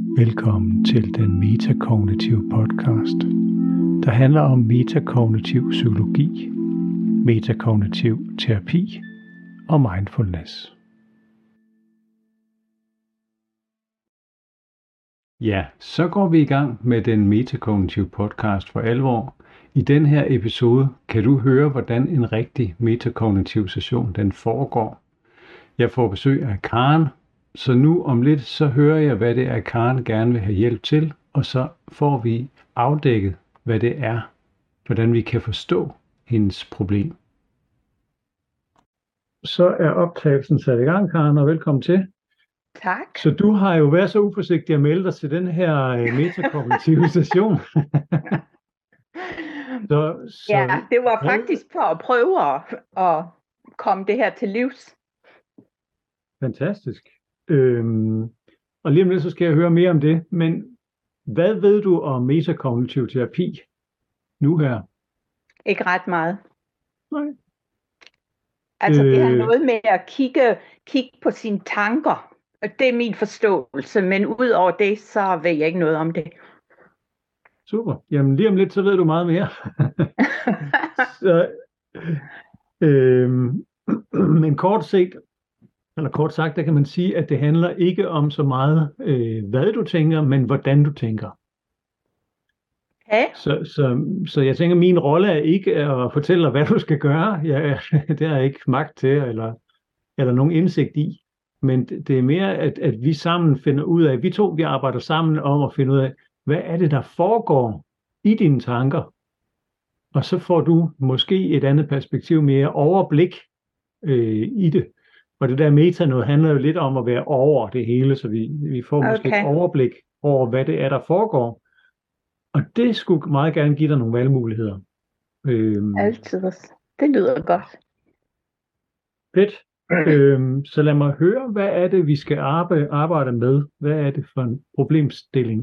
Velkommen til den metakognitive podcast, der handler om metakognitiv psykologi, metakognitiv terapi og mindfulness. Ja, så går vi i gang med den metakognitive podcast for alvor. I den her episode kan du høre, hvordan en rigtig metakognitiv session den foregår. Jeg får besøg af Karen, så nu om lidt så hører jeg, hvad det er, Karen gerne vil have hjælp til, og så får vi afdækket, hvad det er, hvordan vi kan forstå hendes problem. Så er optagelsen sat i gang, Karen, og velkommen til. Tak. Så du har jo været så uforsigtig at melde dig til den her metakognitive session. Ja, det var faktisk for at prøve at komme det her til livs. Fantastisk. Og lige om lidt, så skal jeg høre mere om det. Men hvad ved du om metakognitiv terapi nu her? Ikke ret meget. Nej. Altså det har noget med at kigge på sine tanker. Det er min forståelse, men ud over det, så ved jeg ikke noget om det. Super. Jamen lige om lidt, så ved du meget mere. Så, men kort sagt, der kan man sige, at det handler ikke om så meget, hvad du tænker, men hvordan du tænker. Okay. Så jeg tænker, min rolle er ikke at fortælle dig, hvad du skal gøre. Det har jeg ikke magt til, eller nogen indsigt i. Men det er mere, at vi sammen finder ud af, vi arbejder sammen om at finde ud af, hvad er det, der foregår i dine tanker? Og så får du måske et andet perspektiv, mere overblik i det. Og det der meta noget handler jo lidt om at være over det hele, så vi får måske et overblik over, hvad det er, der foregår. Og det skulle meget gerne give dig nogle valgmuligheder. Altid. Det lyder godt. Fedt. Så lad mig høre, hvad er det, vi skal arbejde med? Hvad er det for en problemstilling?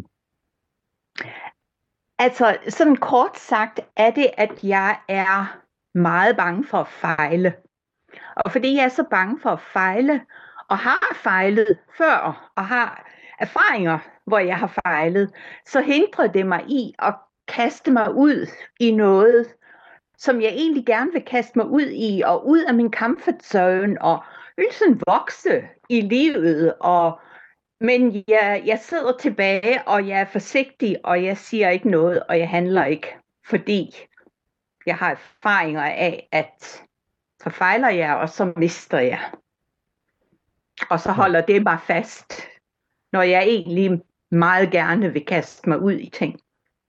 Altså, sådan kort sagt er det, at jeg er meget bange for at fejle. Og fordi jeg er så bange for at fejle, og har fejlet før, og har erfaringer, hvor jeg har fejlet, så hindrer det mig i at kaste mig ud i noget, som jeg egentlig gerne vil kaste mig ud i, og ud af min comfort zone, og vil sådan vokse i livet. Men jeg sidder tilbage, og jeg er forsigtig, og jeg siger ikke noget, og jeg handler ikke, fordi jeg har erfaringer af, at så fejler jeg, og så mister jeg. Og så holder det mig fast, når jeg egentlig meget gerne vil kaste mig ud i ting.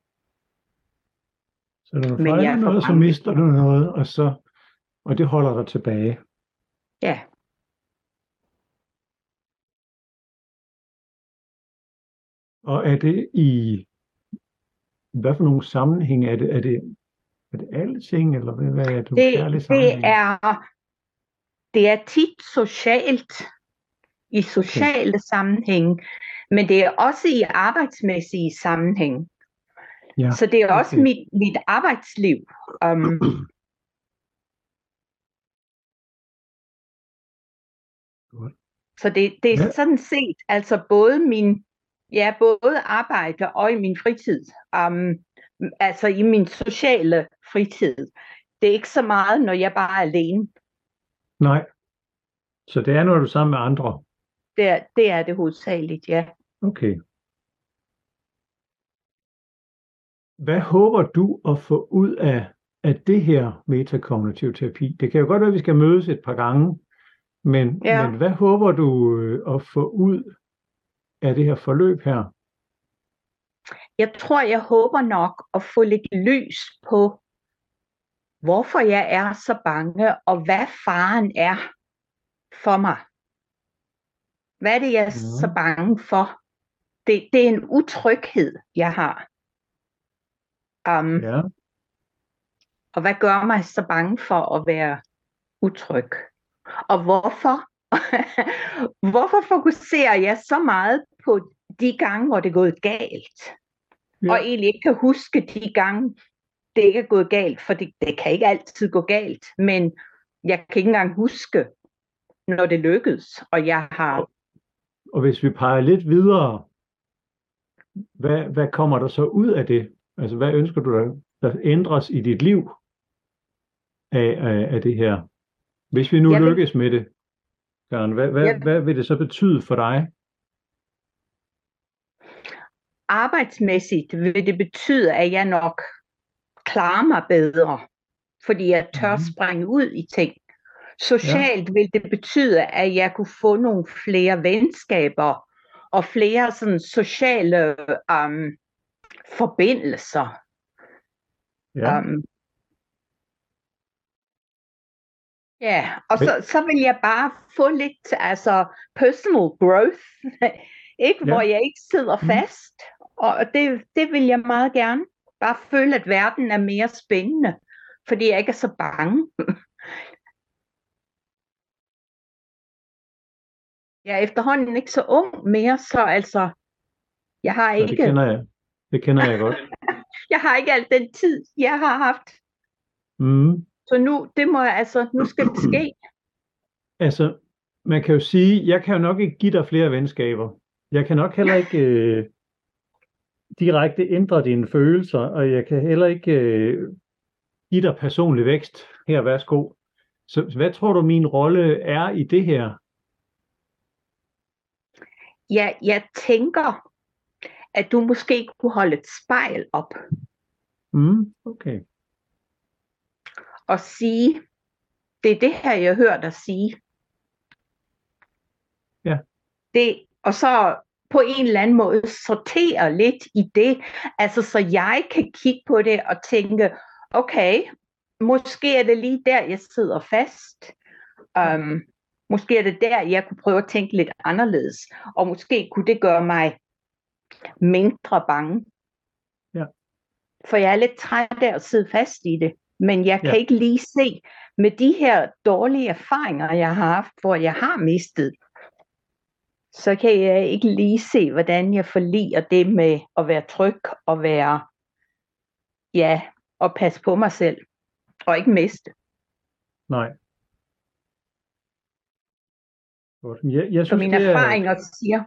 Så når du fejler noget, så mister du noget, og det holder dig tilbage. Ja. Og er det i hvad for nogle sammenhæng er det? Er det alle ting, eller hvad er det? Det er tit socialt, i sociale sammenhæng, men det er også i arbejdsmæssige sammenhæng. Ja, så det er også mit arbejdsliv. Så det er sådan set, altså både arbejde og i min fritid. Altså i min sociale fritid. Det er ikke så meget, når jeg bare er alene. Nej. Så det er, når du er sammen med andre? Det er det hovedsageligt, ja. Okay. Hvad håber du at få ud af det her metakognitiv terapi? Det kan jo godt være, at vi skal mødes et par gange, men hvad håber du at få ud af det her forløb her? Jeg håber nok at få lidt lys på, hvorfor jeg er så bange, og hvad faren er for mig. Hvad er det, jeg er så bange for? Det er en utryghed, jeg har. Og hvad gør mig så bange for at være utryg? Og hvorfor fokuserer jeg så meget på de gange, hvor det er gået galt? Ja. Og egentlig ikke kan huske de gange, det ikke er gået galt, for det kan ikke altid gå galt, men jeg kan ikke engang huske, når det lykkedes, og jeg har... Og hvis vi peger lidt videre, hvad kommer der så ud af det? Altså, hvad ønsker du, der ændres i dit liv af det her? Hvis vi nu Jeg vil, lykkes med det, Karen, jeg, hvad vil det så betyde for dig? arbejdsmæssigt vil det betyde, at jeg nok klarer mig bedre, fordi jeg tør Mhm. springe ud i ting. Ja, Socialt vil det betyde, at jeg kunne få nogle flere venskaber og flere sådan sociale forbindelser. ja. Um, ja, og Men- så vil jeg bare få lidt altså personal growth, ikke hvor Ja. jeg ikke sidder Mhm. fast. Og det vil jeg meget gerne. Bare føle, at verden er mere spændende, fordi jeg ikke er så bange. Jeg er efterhånden ikke så ung mere, så altså, jeg har Og det ikke, kender jeg. Det kender jeg godt. jeg har ikke al den tid, jeg har haft. Mm. Så nu skal det ske. Altså, man kan jo sige, jeg kan jo nok ikke give dig flere venskaber. Jeg kan nok heller ikke direkte ændre dine følelser, og jeg kan heller ikke give dig personlig vækst. Her, værsgo. Så hvad tror du, min rolle er i det her? Ja, jeg tænker, at du måske kunne holde et spejl op Okay. og sige, det er det her, jeg hører dig sige. Ja. Og så på en eller anden måde sortere lidt i det, altså så jeg kan kigge på det og tænke, okay, måske er det lige der, jeg sidder fast. Måske er det der, jeg kunne prøve at tænke lidt anderledes, og måske kunne det gøre mig mindre bange. Ja. For jeg er lidt træt af at sidde fast i det, men jeg kan Ja. ikke lige se med de her dårlige erfaringer, jeg har haft, hvor jeg har mistet, så kan jeg ikke lige se, hvordan jeg forliger det med at være tryg og og passe på mig selv og ikke miste. Nej. Godt. Jeg Så synes, mine det er, erfaringer siger,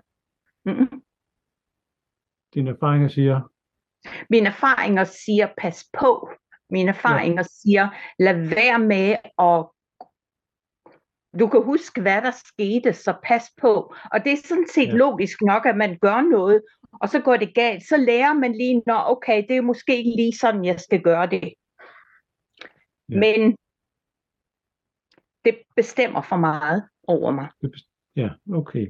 dine erfaringer siger, mine erfaringer siger, pas på. Mine erfaringer siger, lad være med at du kan huske, hvad der skete, så pas på. Og det er sådan set logisk nok, at man gør noget, og så går det galt. Så lærer man lige, okay, det er måske ikke lige sådan, jeg skal gøre det. Ja. Men det bestemmer for meget over mig. Ja, okay.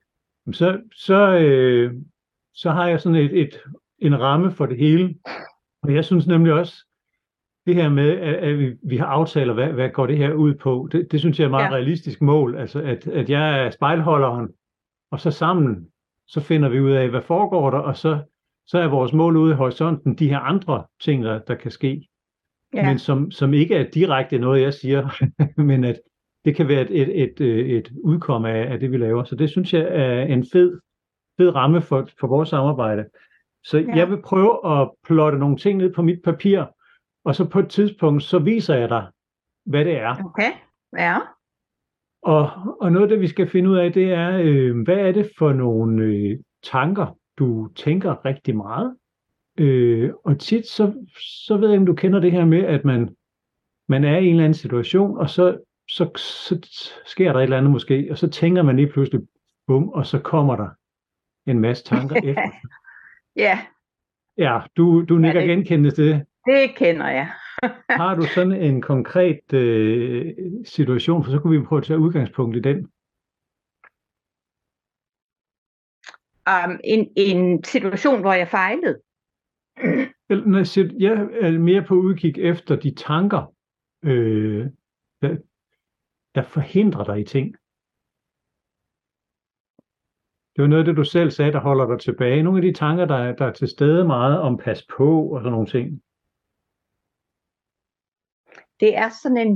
Så har jeg sådan en ramme for det hele. Og jeg synes nemlig også, det her med, at vi har aftaler, hvad går det her ud på, det synes jeg er et meget realistisk mål. Altså, at jeg er spejlholderen, og så sammen, så finder vi ud af, hvad foregår der, og så er vores mål ude i horisonten, de her andre ting, der kan ske. Ja. Men som ikke er direkte noget, jeg siger, men at det kan være et udkomme af det, vi laver. Så det synes jeg er en fed ramme for vores samarbejde. Så jeg vil prøve at plotte nogle ting ned på mit papir, og så på et tidspunkt, så viser jeg dig, hvad det er. Okay, ja. Og noget af det, vi skal finde ud af, det er, hvad er det for nogle tanker, du tænker rigtig meget? Og tit, så ved jeg, om du kender det her med, at man er i en eller anden situation, og så sker der et eller andet måske, og så tænker man lige pludselig, bum, og så kommer der en masse tanker efter. Ja. Ja, du nikker genkendende til det. Det kender jeg. Har du sådan en konkret situation, for så kunne vi prøve at tage udgangspunkt i den? En situation, hvor jeg fejlede. Jeg er mere på udkig efter de tanker, der forhindrer dig i ting. Det var noget af det, du selv sagde, der holder dig tilbage. Nogle af de tanker, der er til stede meget om pas på og sådan nogle ting. Det er sådan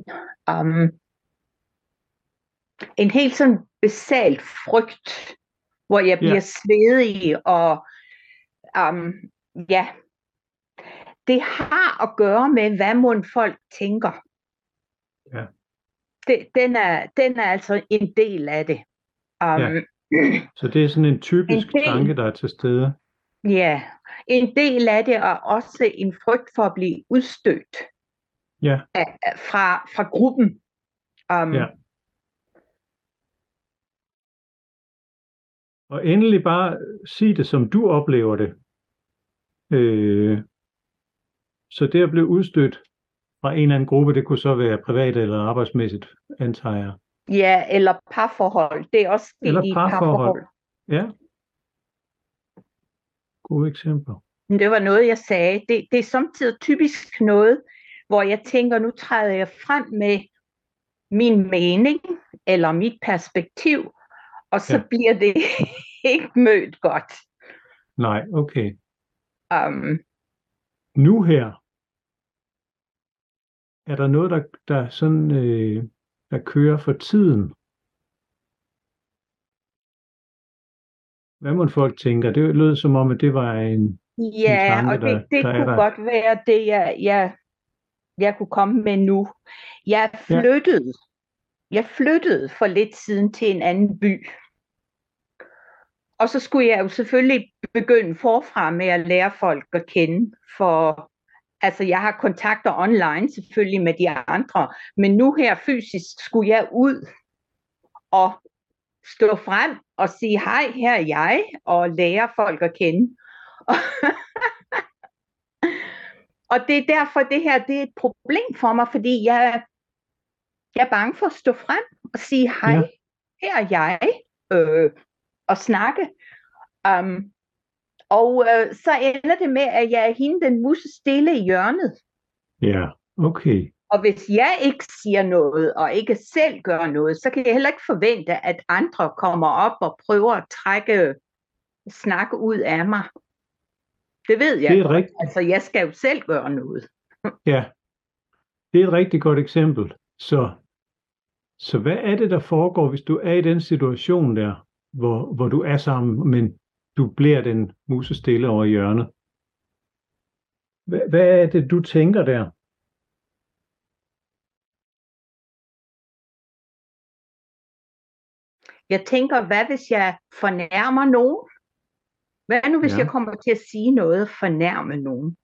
en helt sådan basalt frygt, hvor jeg bliver svedig, og det har at gøre med, hvad mon folk tænker. Ja. Den er altså en del af det. Så det er sådan en typisk tanke, der er til stede. Ja, en del af det er også en frygt for at blive udstødt Ja, fra gruppen. ja. Og endelig bare sig det, som du oplever det. Så det at blive udstødt fra en eller anden gruppe, det kunne så være privat eller arbejdsmæssigt, antager jeg. Ja, eller parforhold. Det er også sket Eller i et parforhold. parforhold. Ja, gode eksempler. Men det var noget, jeg sagde. Det er samtidig typisk noget, hvor jeg tænker, nu træder jeg frem med min mening eller mit perspektiv, og så bliver det ikke mødt godt. Nej, okay. Nu her, er der noget, der sådan, der kører for tiden? Hvad må folk tænker? Det lød som om, at det var en tanke, og det der kunne der. godt være det, jeg kunne komme med nu. Jeg flyttede for lidt siden til en anden by. Og så skulle jeg jo selvfølgelig begynde forfra med at lære folk at kende, for altså jeg har kontakter online selvfølgelig med de andre, men nu her fysisk skulle jeg ud og stå frem og sige, hej, her er jeg, og lære folk at kende. Og det er derfor, det her det er et problem for mig, fordi jeg er bange for at stå frem og sige, hej, her er jeg, og snakke. Så ender det med, at jeg er hende den musse stille i hjørnet. Ja, okay. Og hvis jeg ikke siger noget, og ikke selv gør noget, så kan jeg heller ikke forvente, at andre kommer op og prøver at trække snak ud af mig. Det ved jeg godt. Altså, jeg skal jo selv gøre noget. Ja, det er et rigtig godt eksempel. Så hvad er det, der foregår, hvis du er i den situation der, hvor du er sammen, men du bliver den muse stille over i hjørnet? Hvad er det, du tænker der? Jeg tænker, hvad hvis jeg fornærmer nogen? Hvad nu, hvis jeg kommer til at sige noget, fornærme nogen?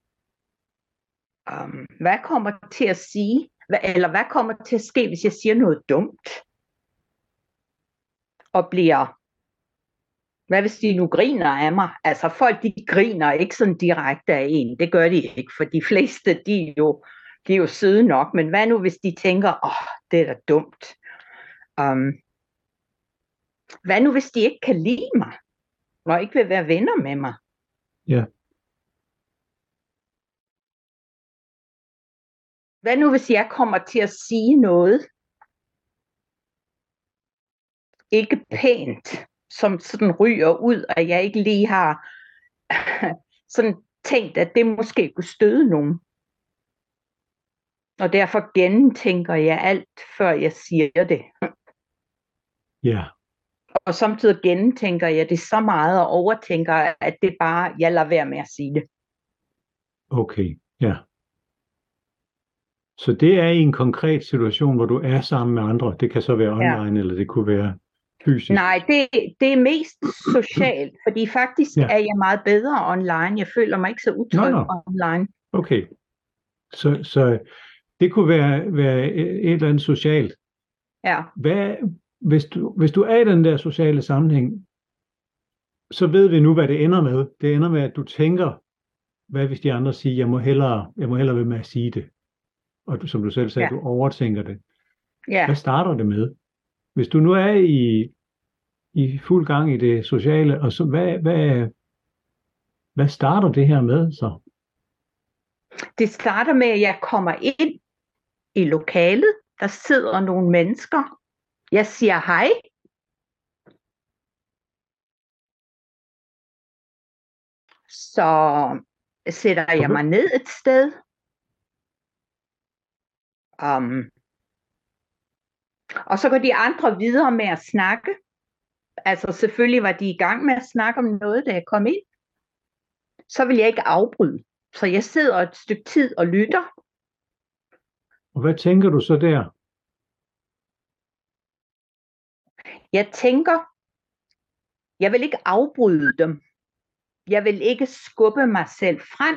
Hvad kommer til at sige? Eller hvad kommer til at ske, hvis jeg siger noget dumt? Og bliver... Hvad hvis de nu griner af mig? Altså folk, de griner ikke sådan direkte af en. Det gør de ikke, for de fleste, de er jo søde nok. Men hvad nu, hvis de tænker, det er da dumt. Hvad nu, hvis de ikke kan lide mig? Og ikke vil være venner med mig? Ja. Hvad nu, hvis jeg kommer til at sige noget ikke pænt, som sådan ryger ud, og jeg ikke lige har sådan tænkt, at det måske kunne støde nogen. Og derfor gentænker jeg alt, før jeg siger det. Ja. Og samtidig gentænker jeg det så meget og overtænker, at det bare, jeg lader være med at sige det. Okay, ja. Så det er i en konkret situation, hvor du er sammen med andre. Det kan så være online, eller det kunne være fysisk. Nej, det er mest socialt, fordi faktisk er jeg meget bedre online. Jeg føler mig ikke så utryg online. Okay, så det kunne være et eller andet socialt. Ja. Hvis du er i den der sociale sammenhæng, så ved vi nu, hvad det ender med. Det ender med, at du tænker, hvad hvis de andre siger, jeg må hellere være med at sige det. Og som du selv sagde, du overtænker det. Ja. Hvad starter det med? Hvis du nu er i fuld gang i det sociale, og så hvad starter det her med så? Det starter med, at jeg kommer ind i lokalet. Der sidder nogle mennesker. Jeg siger hej. Så sætter jeg mig ned et sted. Og så går de andre videre med at snakke. Altså selvfølgelig var de i gang med at snakke om noget, da jeg kom ind. Så vil jeg ikke afbryde. Så jeg sidder et stykke tid og lytter. Og hvad tænker du så der? Jeg tænker, jeg vil ikke afbryde dem. jeg vil ikke skubbe mig selv frem.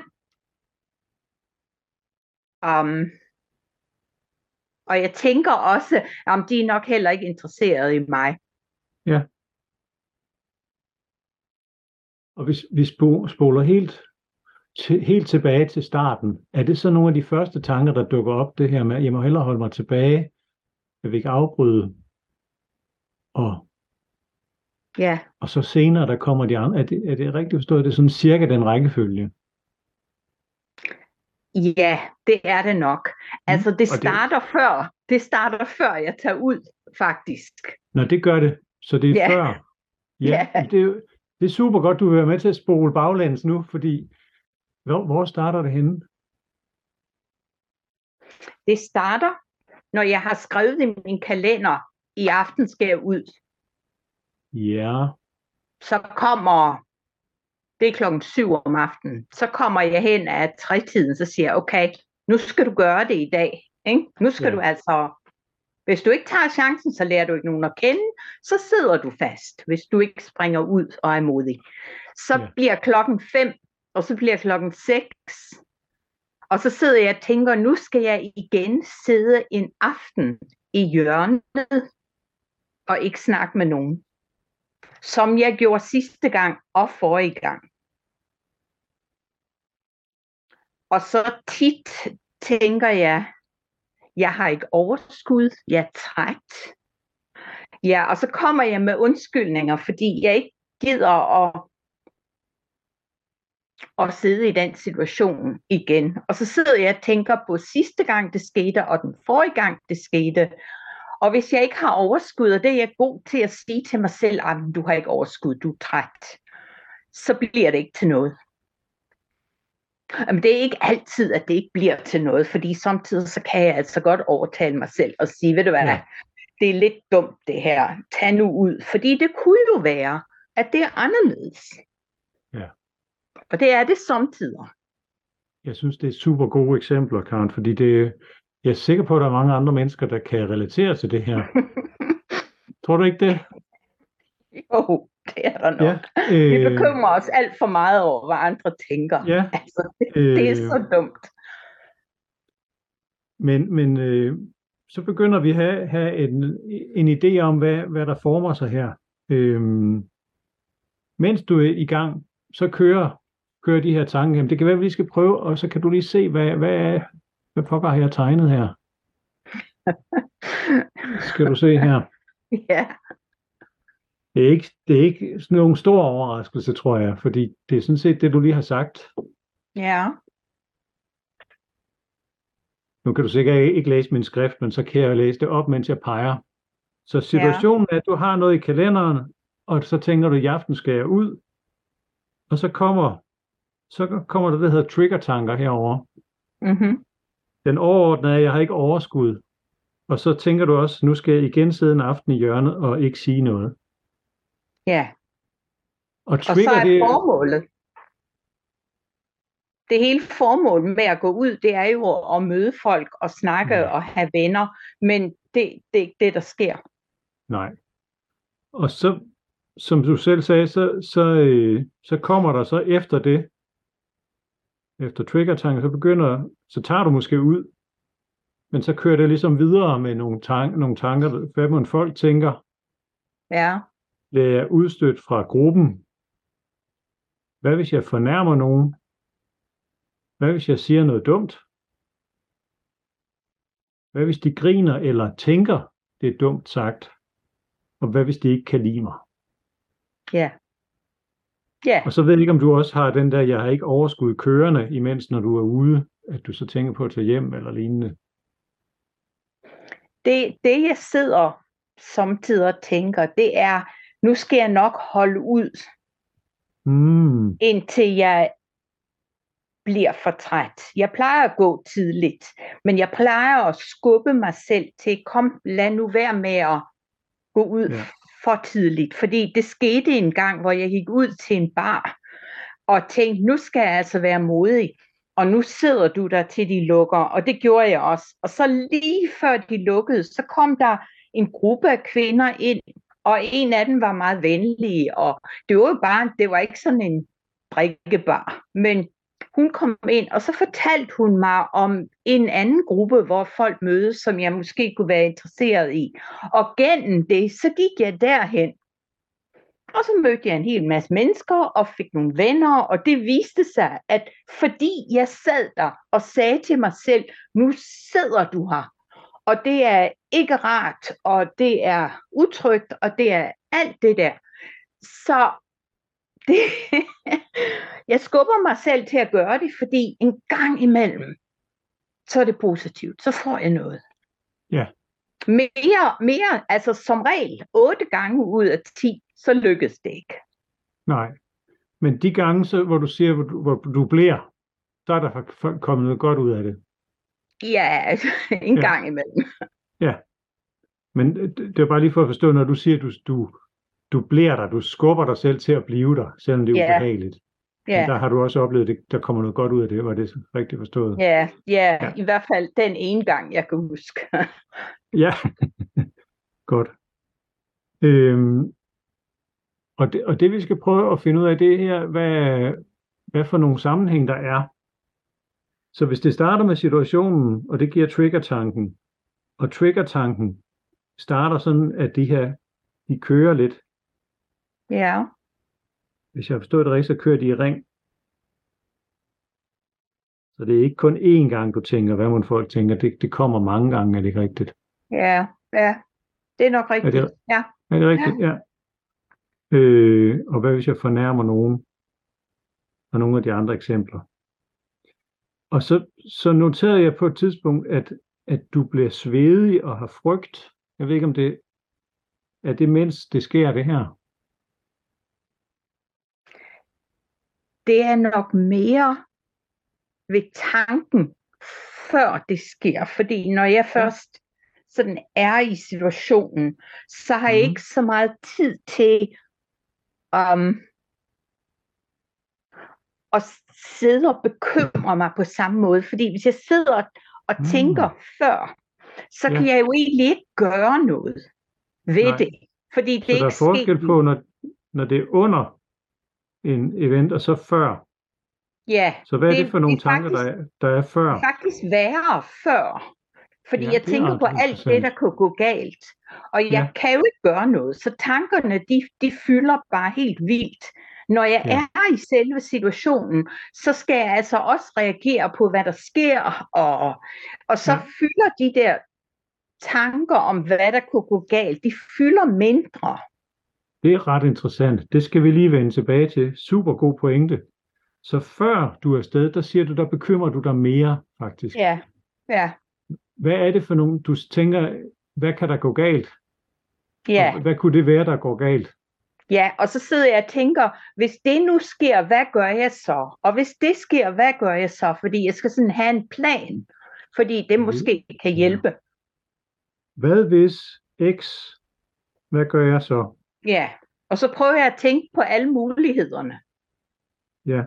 Og jeg tænker også, om de er nok heller ikke interesseret i mig. Ja. Og hvis vi spoler helt tilbage til starten, er det så nogle af de første tanker, der dukker op, det her med, at jeg må hellere holde mig tilbage, jeg vil ikke afbryde, og så senere, der kommer de andre. Er det rigtigt forstået? Det er sådan cirka den rækkefølge? Ja, det er det nok. Altså, det starter før jeg tager ud, faktisk. Nå, det gør det. Så det er før. Ja, det er super godt, du vil være med til at spole baglæns nu, fordi hvor starter det henne? Det starter, når jeg har skrevet i min kalender, i aften skal jeg ud. Ja. Så kommer, det er 7:00 om aftenen, så kommer jeg hen af 3-tiden, så siger jeg, okay, nu skal du gøre det i dag. Ikke? Nu skal du altså, hvis du ikke tager chancen, så lærer du ikke nogen at kende, så sidder du fast, hvis du ikke springer ud og er modig. Så bliver 5:00, og så bliver 6:00, og så sidder jeg og tænker, nu skal jeg igen sidde en aften i hjørnet, og ikke snakke med nogen. Som jeg gjorde sidste gang og forrige gang. Og så tit tænker jeg har ikke overskud, jeg er træt. Ja, og så kommer jeg med undskyldninger, fordi jeg ikke gider at sidde i den situation igen. Og så sidder jeg og tænker på sidste gang det skete, og den forrige gang det skete. Og hvis jeg ikke har overskud, og det er jeg god til at sige til mig selv, du har ikke overskud, du er træt, så bliver det ikke til noget. Men det er ikke altid, at det ikke bliver til noget, fordi samtidig så kan jeg altså godt overtale mig selv og sige, ved du hvad, det er lidt dumt det her, tag nu ud, fordi det kunne jo være, at det er anderledes. Ja. Og det er det samtidig. Jeg synes, det er super gode eksempler, Karen, fordi jeg er sikker på, at der er mange andre mennesker, der kan relatere til det her. Tror du ikke det? Jo, det er der nok. Vi bekymrer os alt for meget over, hvad andre tænker. Ja. Altså, det er så dumt. Men så begynder vi at have en idé om, hvad der former sig her. Mens du er i gang, så kører de her tanker. Jamen, det kan være, at vi lige skal prøve, og så kan du lige se, hvad pokker har jeg tegnet her. Skal du se her. Ja. Det er ikke sådan nogen stor overraskelse, tror jeg, fordi det er sådan set det, du lige har sagt. Ja. Nu kan du sikkert ikke læse min skrift, men så kan jeg læse det op, mens jeg peger. Så situationen er, at du har noget i kalenderen, og så tænker du, i aften skal jeg ud, og så kommer der hedder trigger-tanker herover. Mm-hmm. Den overordnede er, at jeg har ikke overskud. Og så tænker du også, nu skal jeg igen sidde en aften i hjørnet og ikke sige noget. Ja. Og så er formålet. Det hele formål med at gå ud, det er jo at møde folk og snakke og have venner. Men det er ikke det, der sker. Nej. Og så, som du selv sagde, så kommer der så efter det, efter trigger-tanker, så tager du måske ud, men så kører det ligesom videre med nogle tanker, hvad folk tænker. Ja. Det er udstødt fra gruppen. Hvad hvis jeg fornærmer nogen? Hvad hvis jeg siger noget dumt? Hvad hvis de griner eller tænker, det er dumt sagt? Og hvad hvis de ikke kan lide mig? Ja. Ja. Og så ved jeg ikke, om du også har den der, jeg har ikke overskud kørende, imens når du er ude, at du så tænker på at tage hjem eller lignende. Det jeg sidder samtidig og tænker, det er, nu skal jeg nok holde ud, indtil jeg bliver for træt. Jeg plejer at gå tidligt, men jeg plejer at skubbe mig selv til, lad nu være med at gå ud for tidligt. Fordi det skete en gang, hvor jeg gik ud til en bar, og tænkte, nu skal jeg altså være modig. Og nu sidder du der til de lukker, og det gjorde jeg også. Og så lige før de lukkede, så kom der en gruppe af kvinder ind, og en af dem var meget venlig, og det var ikke sådan en drikkebar, men hun kom ind, og så fortalte hun mig om en anden gruppe, hvor folk mødes, som jeg måske kunne være interesseret i. Og gennem det, så gik jeg derhen. Og så mødte jeg en hel masse mennesker og fik nogle venner, og det viste sig, at fordi jeg sad der og sagde til mig selv, nu sidder du her, og det er ikke rart, og det er utrygt, og det er alt det der. Så det, jeg skubber mig selv til at gøre det, fordi en gang imellem, så er det positivt, så får jeg noget. Ja. Mere, altså som regel, 8 gange ud af 10, så lykkes det ikke. Nej, men de gange, så, hvor du siger, hvor du bliver, så er der kommet noget godt ud af det. Ja, en gang imellem. Ja, men det er bare lige for at forstå, når du siger, du bliver der, du skubber dig selv til at blive der, selvom det er ubehageligt. Ja. Men der har du også oplevet, at der kommer noget godt ud af det, var det rigtigt forstået? Ja, i hvert fald den ene gang, jeg kan huske. Ja, godt. Og det vi skal prøve at finde ud af, det her, hvad for nogle sammenhæng der er. Så hvis det starter med situationen, og det giver trigger-tanken, og trigger-tanken starter sådan, at de kører lidt. Ja. Hvis jeg forstår det rigtigt, så kører de i ring. Så det er ikke kun én gang, du tænker, hvad man folk tænker. Det kommer mange gange, er det ikke rigtigt? Ja, det er nok rigtigt. Er det rigtigt? Ja. Og hvad hvis jeg fornærmer nogen? Og nogle af de andre eksempler. Og så noterede jeg på et tidspunkt, at du bliver svedig og har frygt. Jeg ved ikke, om det er det, mens det sker, det her. Det er nok mere ved tanken, før det sker. Fordi når jeg først sådan er i situationen, så har jeg ikke så meget tid til at sidde og bekymre mig på samme måde. Fordi hvis jeg sidder og tænker før, så kan jeg jo egentlig ikke gøre noget ved det. Fordi det så der er forskel på, når det er under en event, og så før. Ja. Så hvad er det for nogle tanker, der er før? Det er faktisk værre før. Fordi jeg tænker på alt det, der kunne gå galt. Og jeg kan jo ikke gøre noget. Så tankerne, de fylder bare helt vildt. Når jeg er i selve situationen, så skal jeg altså også reagere på, hvad der sker. Og så fylder de der tanker om, hvad der kunne gå galt, de fylder mindre. Det er ret interessant. Det skal vi lige vende tilbage til. Super god pointe. Så før du er afsted, der siger du, der bekymrer du dig mere, faktisk. Ja. Hvad er det for nogle, du tænker, hvad kan der gå galt? Ja. Og hvad kunne det være, der går galt? Ja, og så sidder jeg og tænker, hvis det nu sker, hvad gør jeg så? Og hvis det sker, hvad gør jeg så? Fordi jeg skal sådan have en plan, fordi det måske kan hjælpe. Hvad hvis X, hvad gør jeg så? Ja, og så prøver jeg at tænke på alle mulighederne. Ja.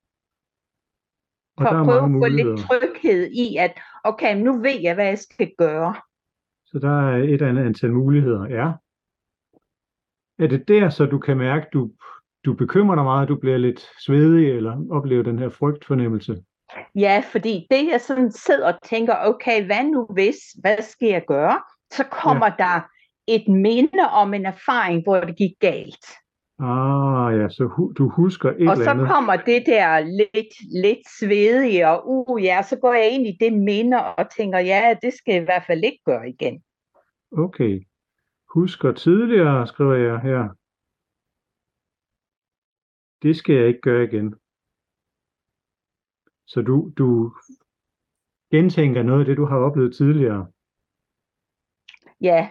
Og for at prøve at få lidt tryghed i, at okay, nu ved jeg, hvad jeg skal gøre. Så der er et andet antal muligheder, ja. Er det der, så du kan mærke, du bekymrer dig meget, du bliver lidt svedig, eller oplever den her frygtfornemmelse? Ja, fordi det jeg sådan sidder og tænker, okay, hvad nu hvis, hvad skal jeg gøre? Så kommer der et minde om en erfaring, hvor det gik galt. Ja, så du husker et eller andet. Og så kommer det der lidt svedige, og så går jeg ind i det minde og tænker, ja, det skal jeg i hvert fald ikke gøre igen. Okay. Husker tidligere, skriver jeg her. Det skal jeg ikke gøre igen. Så du gentænker noget af det, du har oplevet tidligere. Ja.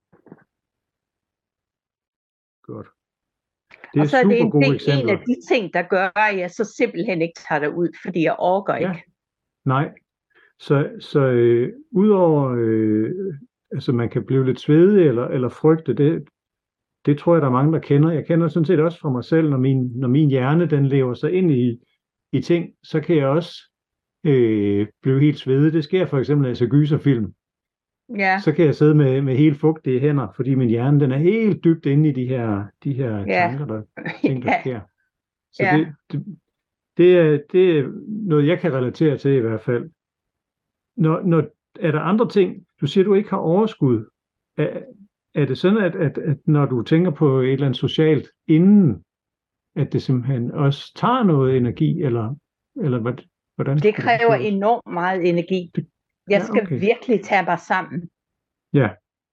Godt. Det er og så er det en af de ting, der gør, at jeg så simpelthen ikke tager det ud, fordi jeg orker ikke. Nej. Så udover, altså man kan blive lidt svedig eller frygte, det tror jeg, der er mange, der kender. Jeg kender sådan set også fra mig selv, når min hjerne, den lever sig ind i ting, så kan jeg også blive helt svedig. Det sker for eksempel, når jeg ser gyserfilm. Ja. Så kan jeg sidde med helt fugtige hænder, fordi min hjerne, den er helt dybt inde i de her tanker, der sker. Så det er noget, jeg kan relatere til i hvert fald. Når er der andre ting, du siger, du ikke har overskud, er det sådan, at når du tænker på et eller andet socialt inden, at det simpelthen også tager noget energi, eller hvordan? Det kræver enormt meget energi. Jeg skal virkelig tage mig sammen. Ja.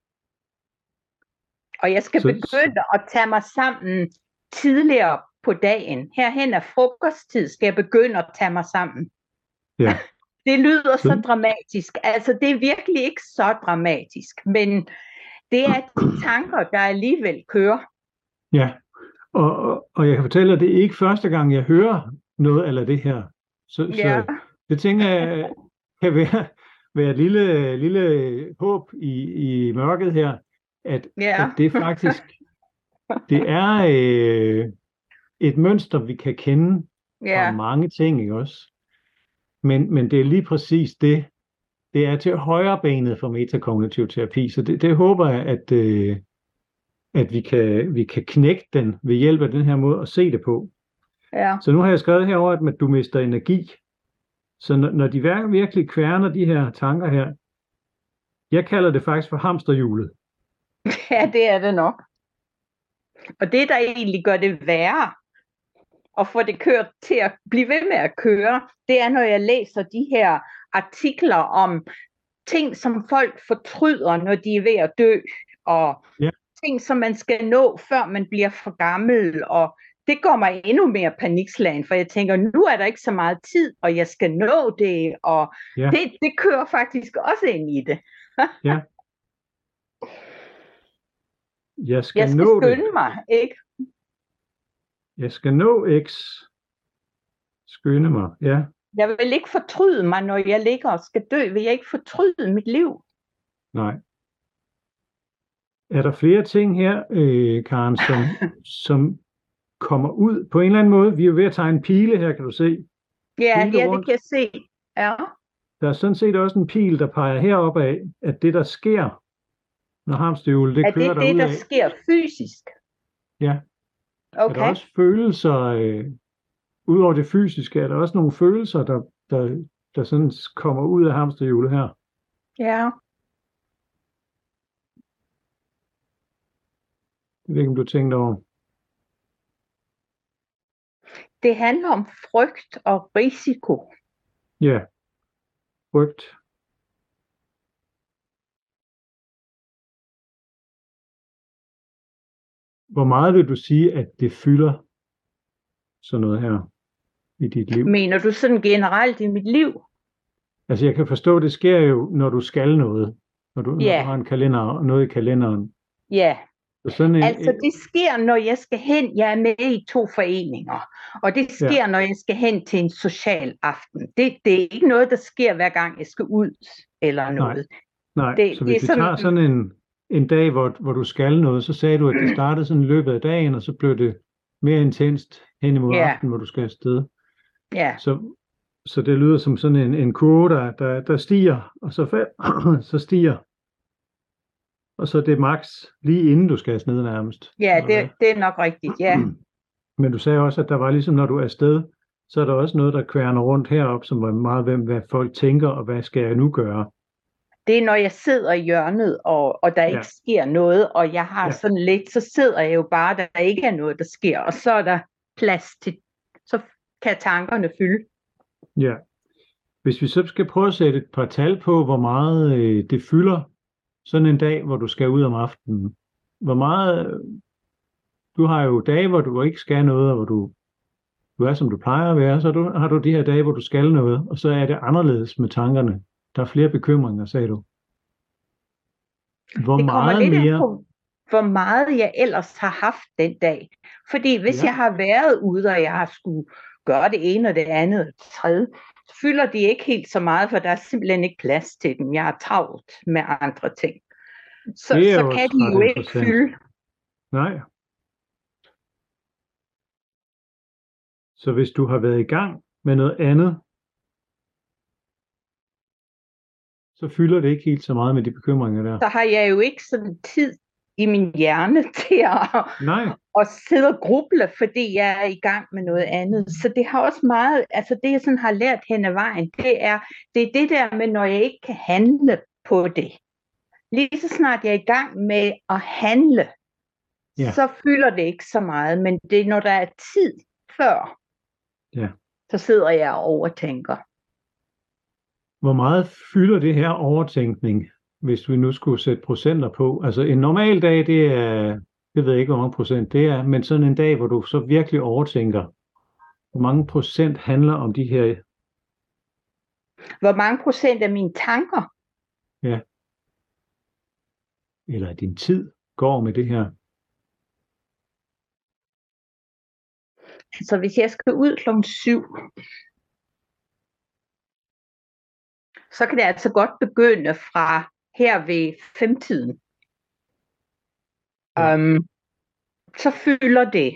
Og jeg skal begynde at tage mig sammen tidligere på dagen. Herhen er frokosttid, skal jeg begynde at tage mig sammen. Ja. Det lyder så dramatisk. Altså, det er virkelig ikke så dramatisk, men det er de tanker, der alligevel kører. Ja, og jeg kan fortælle, at det er ikke første gang, jeg hører noget af det her. Så det tænker jeg kan være et lille håb i mørket her, at det faktisk det er et mønster, vi kan kende fra mange ting, ikke også? Men det er lige præcis det. Det er til højre benet for metakognitiv terapi, så det håber jeg, at vi kan knække den ved hjælp af den her måde at se det på. Ja. Så nu har jeg skrevet herover, at du mister energi. Så når de virkelig kværner de her tanker her, jeg kalder det faktisk for hamsterhjulet. Ja, det er det nok. Og det, der egentlig gør det værre, og få det kørt til at blive ved med at køre, det er, når jeg læser de her artikler om ting, som folk fortryder, når de er ved at dø, og ting, som man skal nå, før man bliver for gammel, og det går mig endnu mere panikslagen, for jeg tænker, nu er der ikke så meget tid, og jeg skal nå det, og det kører faktisk også ind i det. Ja. Jeg skal skynde mig, ikke? Jeg skal nå X. Skynde mig, ja. Jeg vil ikke fortryde mig, når jeg ligger og skal dø. Vil jeg ikke fortryde mit liv? Nej. Er der flere ting her, Karen, som kommer ud på en eller anden måde? Vi er jo ved at tegne pile her, kan du se. Ja, det kan jeg se. Ja. Der er sådan set også en pil, der peger herop af, at det, der sker, når hamsterhjulet det kører derudad. Er det det, der sker fysisk? Ja. Okay. Er der også følelser, udover det fysiske, er der også nogle følelser, der sådan kommer ud af hamsterhjulet her? Ja. Jeg ved ikke, om du tænkte over. Det handler om frygt og risiko. Ja, frygt. Hvor meget vil du sige, at det fylder sådan noget her i dit liv? Mener du sådan generelt i mit liv? Altså jeg kan forstå, at det sker jo, når du skal noget. Når du har en kalender, noget i kalenderen. Ja. Altså det sker, når jeg skal hen. Jeg er med i 2 foreninger. Og det sker, når jeg skal hen til en social aften. Det er ikke noget, der sker, hver gang jeg skal ud eller noget. Nej. Så hvis vi tager sådan en dag, hvor du skal noget, så sagde du, at det startede sådan i løbet af dagen, og så blev det mere intenst hen imod aften, hvor du skal afsted. Ja. Så det lyder som sådan en kurve, der stiger, og så stiger. Og så er det max lige inden du skal afsted nærmest. Ja, det er nok rigtigt, ja. Men du sagde også, at der var ligesom, når du er afsted, så er der også noget, der kværner rundt herop, som var meget, hvad folk tænker, og hvad skal jeg nu gøre? Det er, når jeg sidder i hjørnet, og der ikke sker noget, og jeg har sådan lidt, så sidder jeg jo bare, der ikke er noget, der sker, og så er der plads til, så kan tankerne fylde. Ja. Hvis vi så skal prøve at sætte et par tal på, hvor meget det fylder, sådan en dag, hvor du skal ud om aftenen. Hvor meget, du har jo dage, hvor du ikke skal noget, og hvor du er, som du plejer at være, så har du de her dage, hvor du skal noget, og så er det anderledes med tankerne. Der er flere bekymringer, sagde du. Hvor meget jeg ellers har haft den dag. Fordi hvis jeg har været ude, og jeg har skulle gøre det ene og det andet og det tredje, så fylder de ikke helt så meget, for der er simpelthen ikke plads til dem. Jeg er travlt med andre ting. Så kan de jo ikke fylde. Nej. Så hvis du har været i gang med noget andet, så fylder det ikke helt så meget med de bekymringer der. Så har jeg jo ikke sådan tid i min hjerne til Nej. at sidde og gruble, fordi jeg er i gang med noget andet. Så det har også meget, altså det jeg sådan har lært hen ad vejen, det er det der med, når jeg ikke kan handle på det. Lige så snart jeg er i gang med at handle, så fylder det ikke så meget, men det er når der er tid før, så sidder jeg og overtænker. Hvor meget fylder det her overtænkning, hvis vi nu skulle sætte procenter på? Altså en normal dag, det er, jeg ved ikke, hvor mange procent det er, men sådan en dag, hvor du så virkelig overtænker, hvor mange procent handler om de her? Hvor mange procent af mine tanker? Ja. Eller din tid går med det her? Så hvis jeg skal ud 7:00, så kan det altså godt begynde fra her ved 5-tiden. Så fylder det.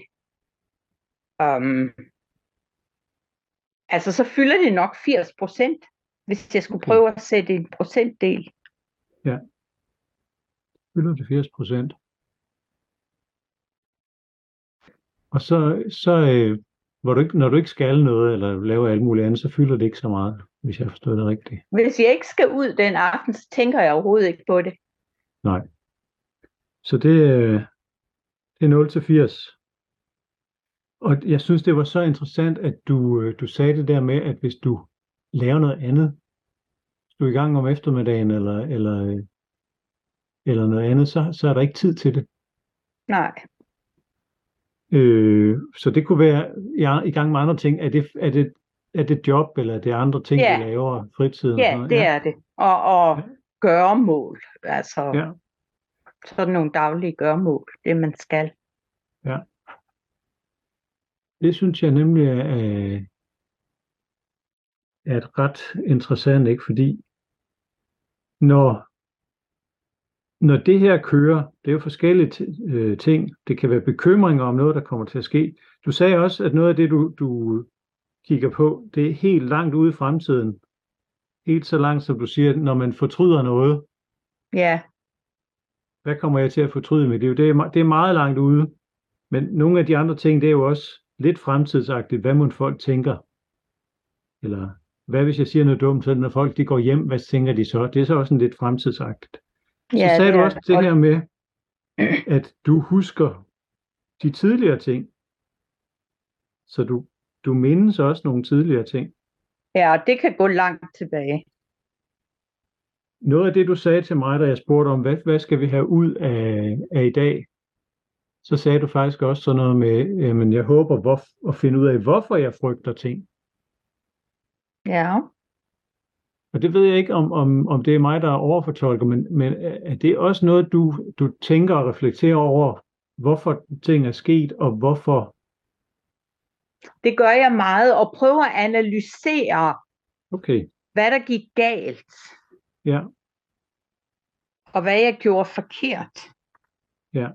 Altså så fylder det nok 80%, hvis jeg skulle prøve at sætte en procentdel. Ja. Fylder det 80%. Og så hvor når du ikke skal noget, eller laver alt muligt andet, så fylder det ikke så meget, hvis jeg forstår det rigtigt. Hvis jeg ikke skal ud den aften, så tænker jeg overhovedet ikke på det. Nej. Så det er 0-80. Og jeg synes, det var så interessant, at du sagde det der med, at hvis du laver noget andet, hvis du er i gang om eftermiddagen, eller noget andet, så er der ikke tid til det. Nej. Så det kunne være i gang med andre ting. Er det job, eller er det andre ting, du laver fritiden? Ja, det er det. Og gøremål. Altså sådan nogle daglige gøremål, det man skal. Ja. Det synes jeg nemlig er et ret interessant, ikke? Fordi når det her kører, det er jo forskellige ting. Det kan være bekymringer om noget, der kommer til at ske. Du sagde også, at noget af det, du kigger på, det er helt langt ude i fremtiden. Helt så langt, som du siger, når man fortryder noget. Ja. Hvad kommer jeg til at fortryde med? Det er meget langt ude. Men nogle af de andre ting, det er jo også lidt fremtidsagtigt. Hvad må folk tænker? Eller hvad hvis jeg siger noget dumt, så når folk de går hjem, hvad tænker de så? Det er så også en lidt fremtidsagtigt. Så sagde du også det her med, at du husker de tidligere ting. Så du mindes også nogle tidligere ting. Ja, det kan gå langt tilbage. Noget af det, du sagde til mig, da jeg spurgte om, hvad skal vi have ud af i dag? Så sagde du faktisk også sådan noget med, jamen jeg håber at finde ud af, hvorfor jeg frygter ting. Ja. Og det ved jeg ikke, om det er mig, der overfortolker, men er det også noget, du tænker og reflekterer over, hvorfor ting er sket, og hvorfor? Det gør jeg meget, og prøver at analysere, hvad der gik galt. Ja. Og hvad jeg gjorde forkert. Ja.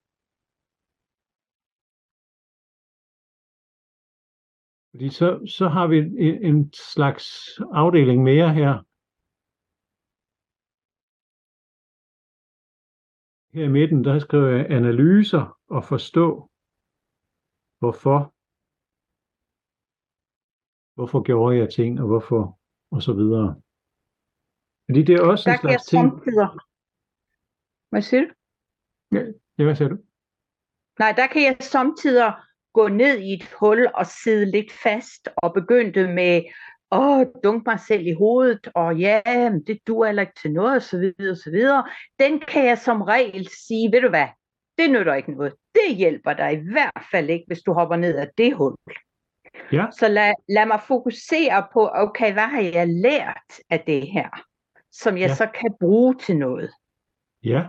Fordi så har vi en slags afdeling mere her. Her i midten, der skriver jeg analyser og forstå, hvorfor. Hvorfor gjorde jeg ting, og hvorfor, og så videre. Fordi det er også en slags ting. Hvad siger du? Ja, hvad siger du? Nej, der kan jeg samtidig gå ned i et hul og sidde lidt fast og begynde med dunke mig selv i hovedet, og ja, det duer heller ikke til noget, og så videre, og så videre. Den kan jeg som regel sige, ved du hvad, det nytter ikke noget. Det hjælper dig i hvert fald ikke, hvis du hopper ned af det hul. Ja. Så lad mig fokusere på, okay, hvad har jeg lært af det her, som jeg så kan bruge til noget. Ja.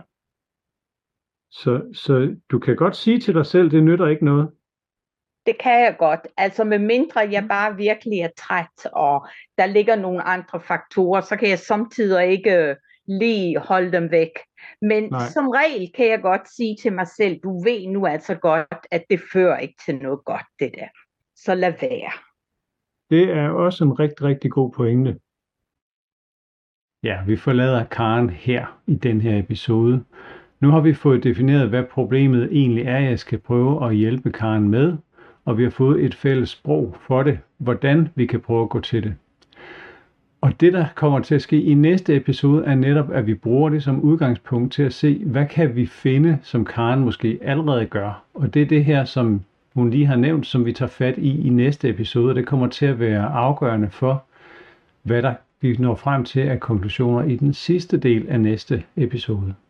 Så du kan godt sige til dig selv, det nytter ikke noget. Det kan jeg godt. Altså med mindre jeg bare virkelig er træt, og der ligger nogle andre faktorer, så kan jeg samtidig ikke lige holde dem væk. Men som regel kan jeg godt sige til mig selv, du ved nu altså godt, at det fører ikke til noget godt, det der. Så lad være. Det er også en rigtig, rigtig god pointe. Ja, vi forlader Karen her i den her episode. Nu har vi fået defineret, hvad problemet egentlig er, jeg skal prøve at hjælpe Karen med, og vi har fået et fælles sprog for det, hvordan vi kan prøve at gå til det. Og det, der kommer til at ske i næste episode, er netop, at vi bruger det som udgangspunkt til at se, hvad kan vi finde, som Karen måske allerede gør. Og det er det her, som hun lige har nævnt, som vi tager fat i næste episode. Det kommer til at være afgørende for, hvad vi når frem til af konklusioner i den sidste del af næste episode.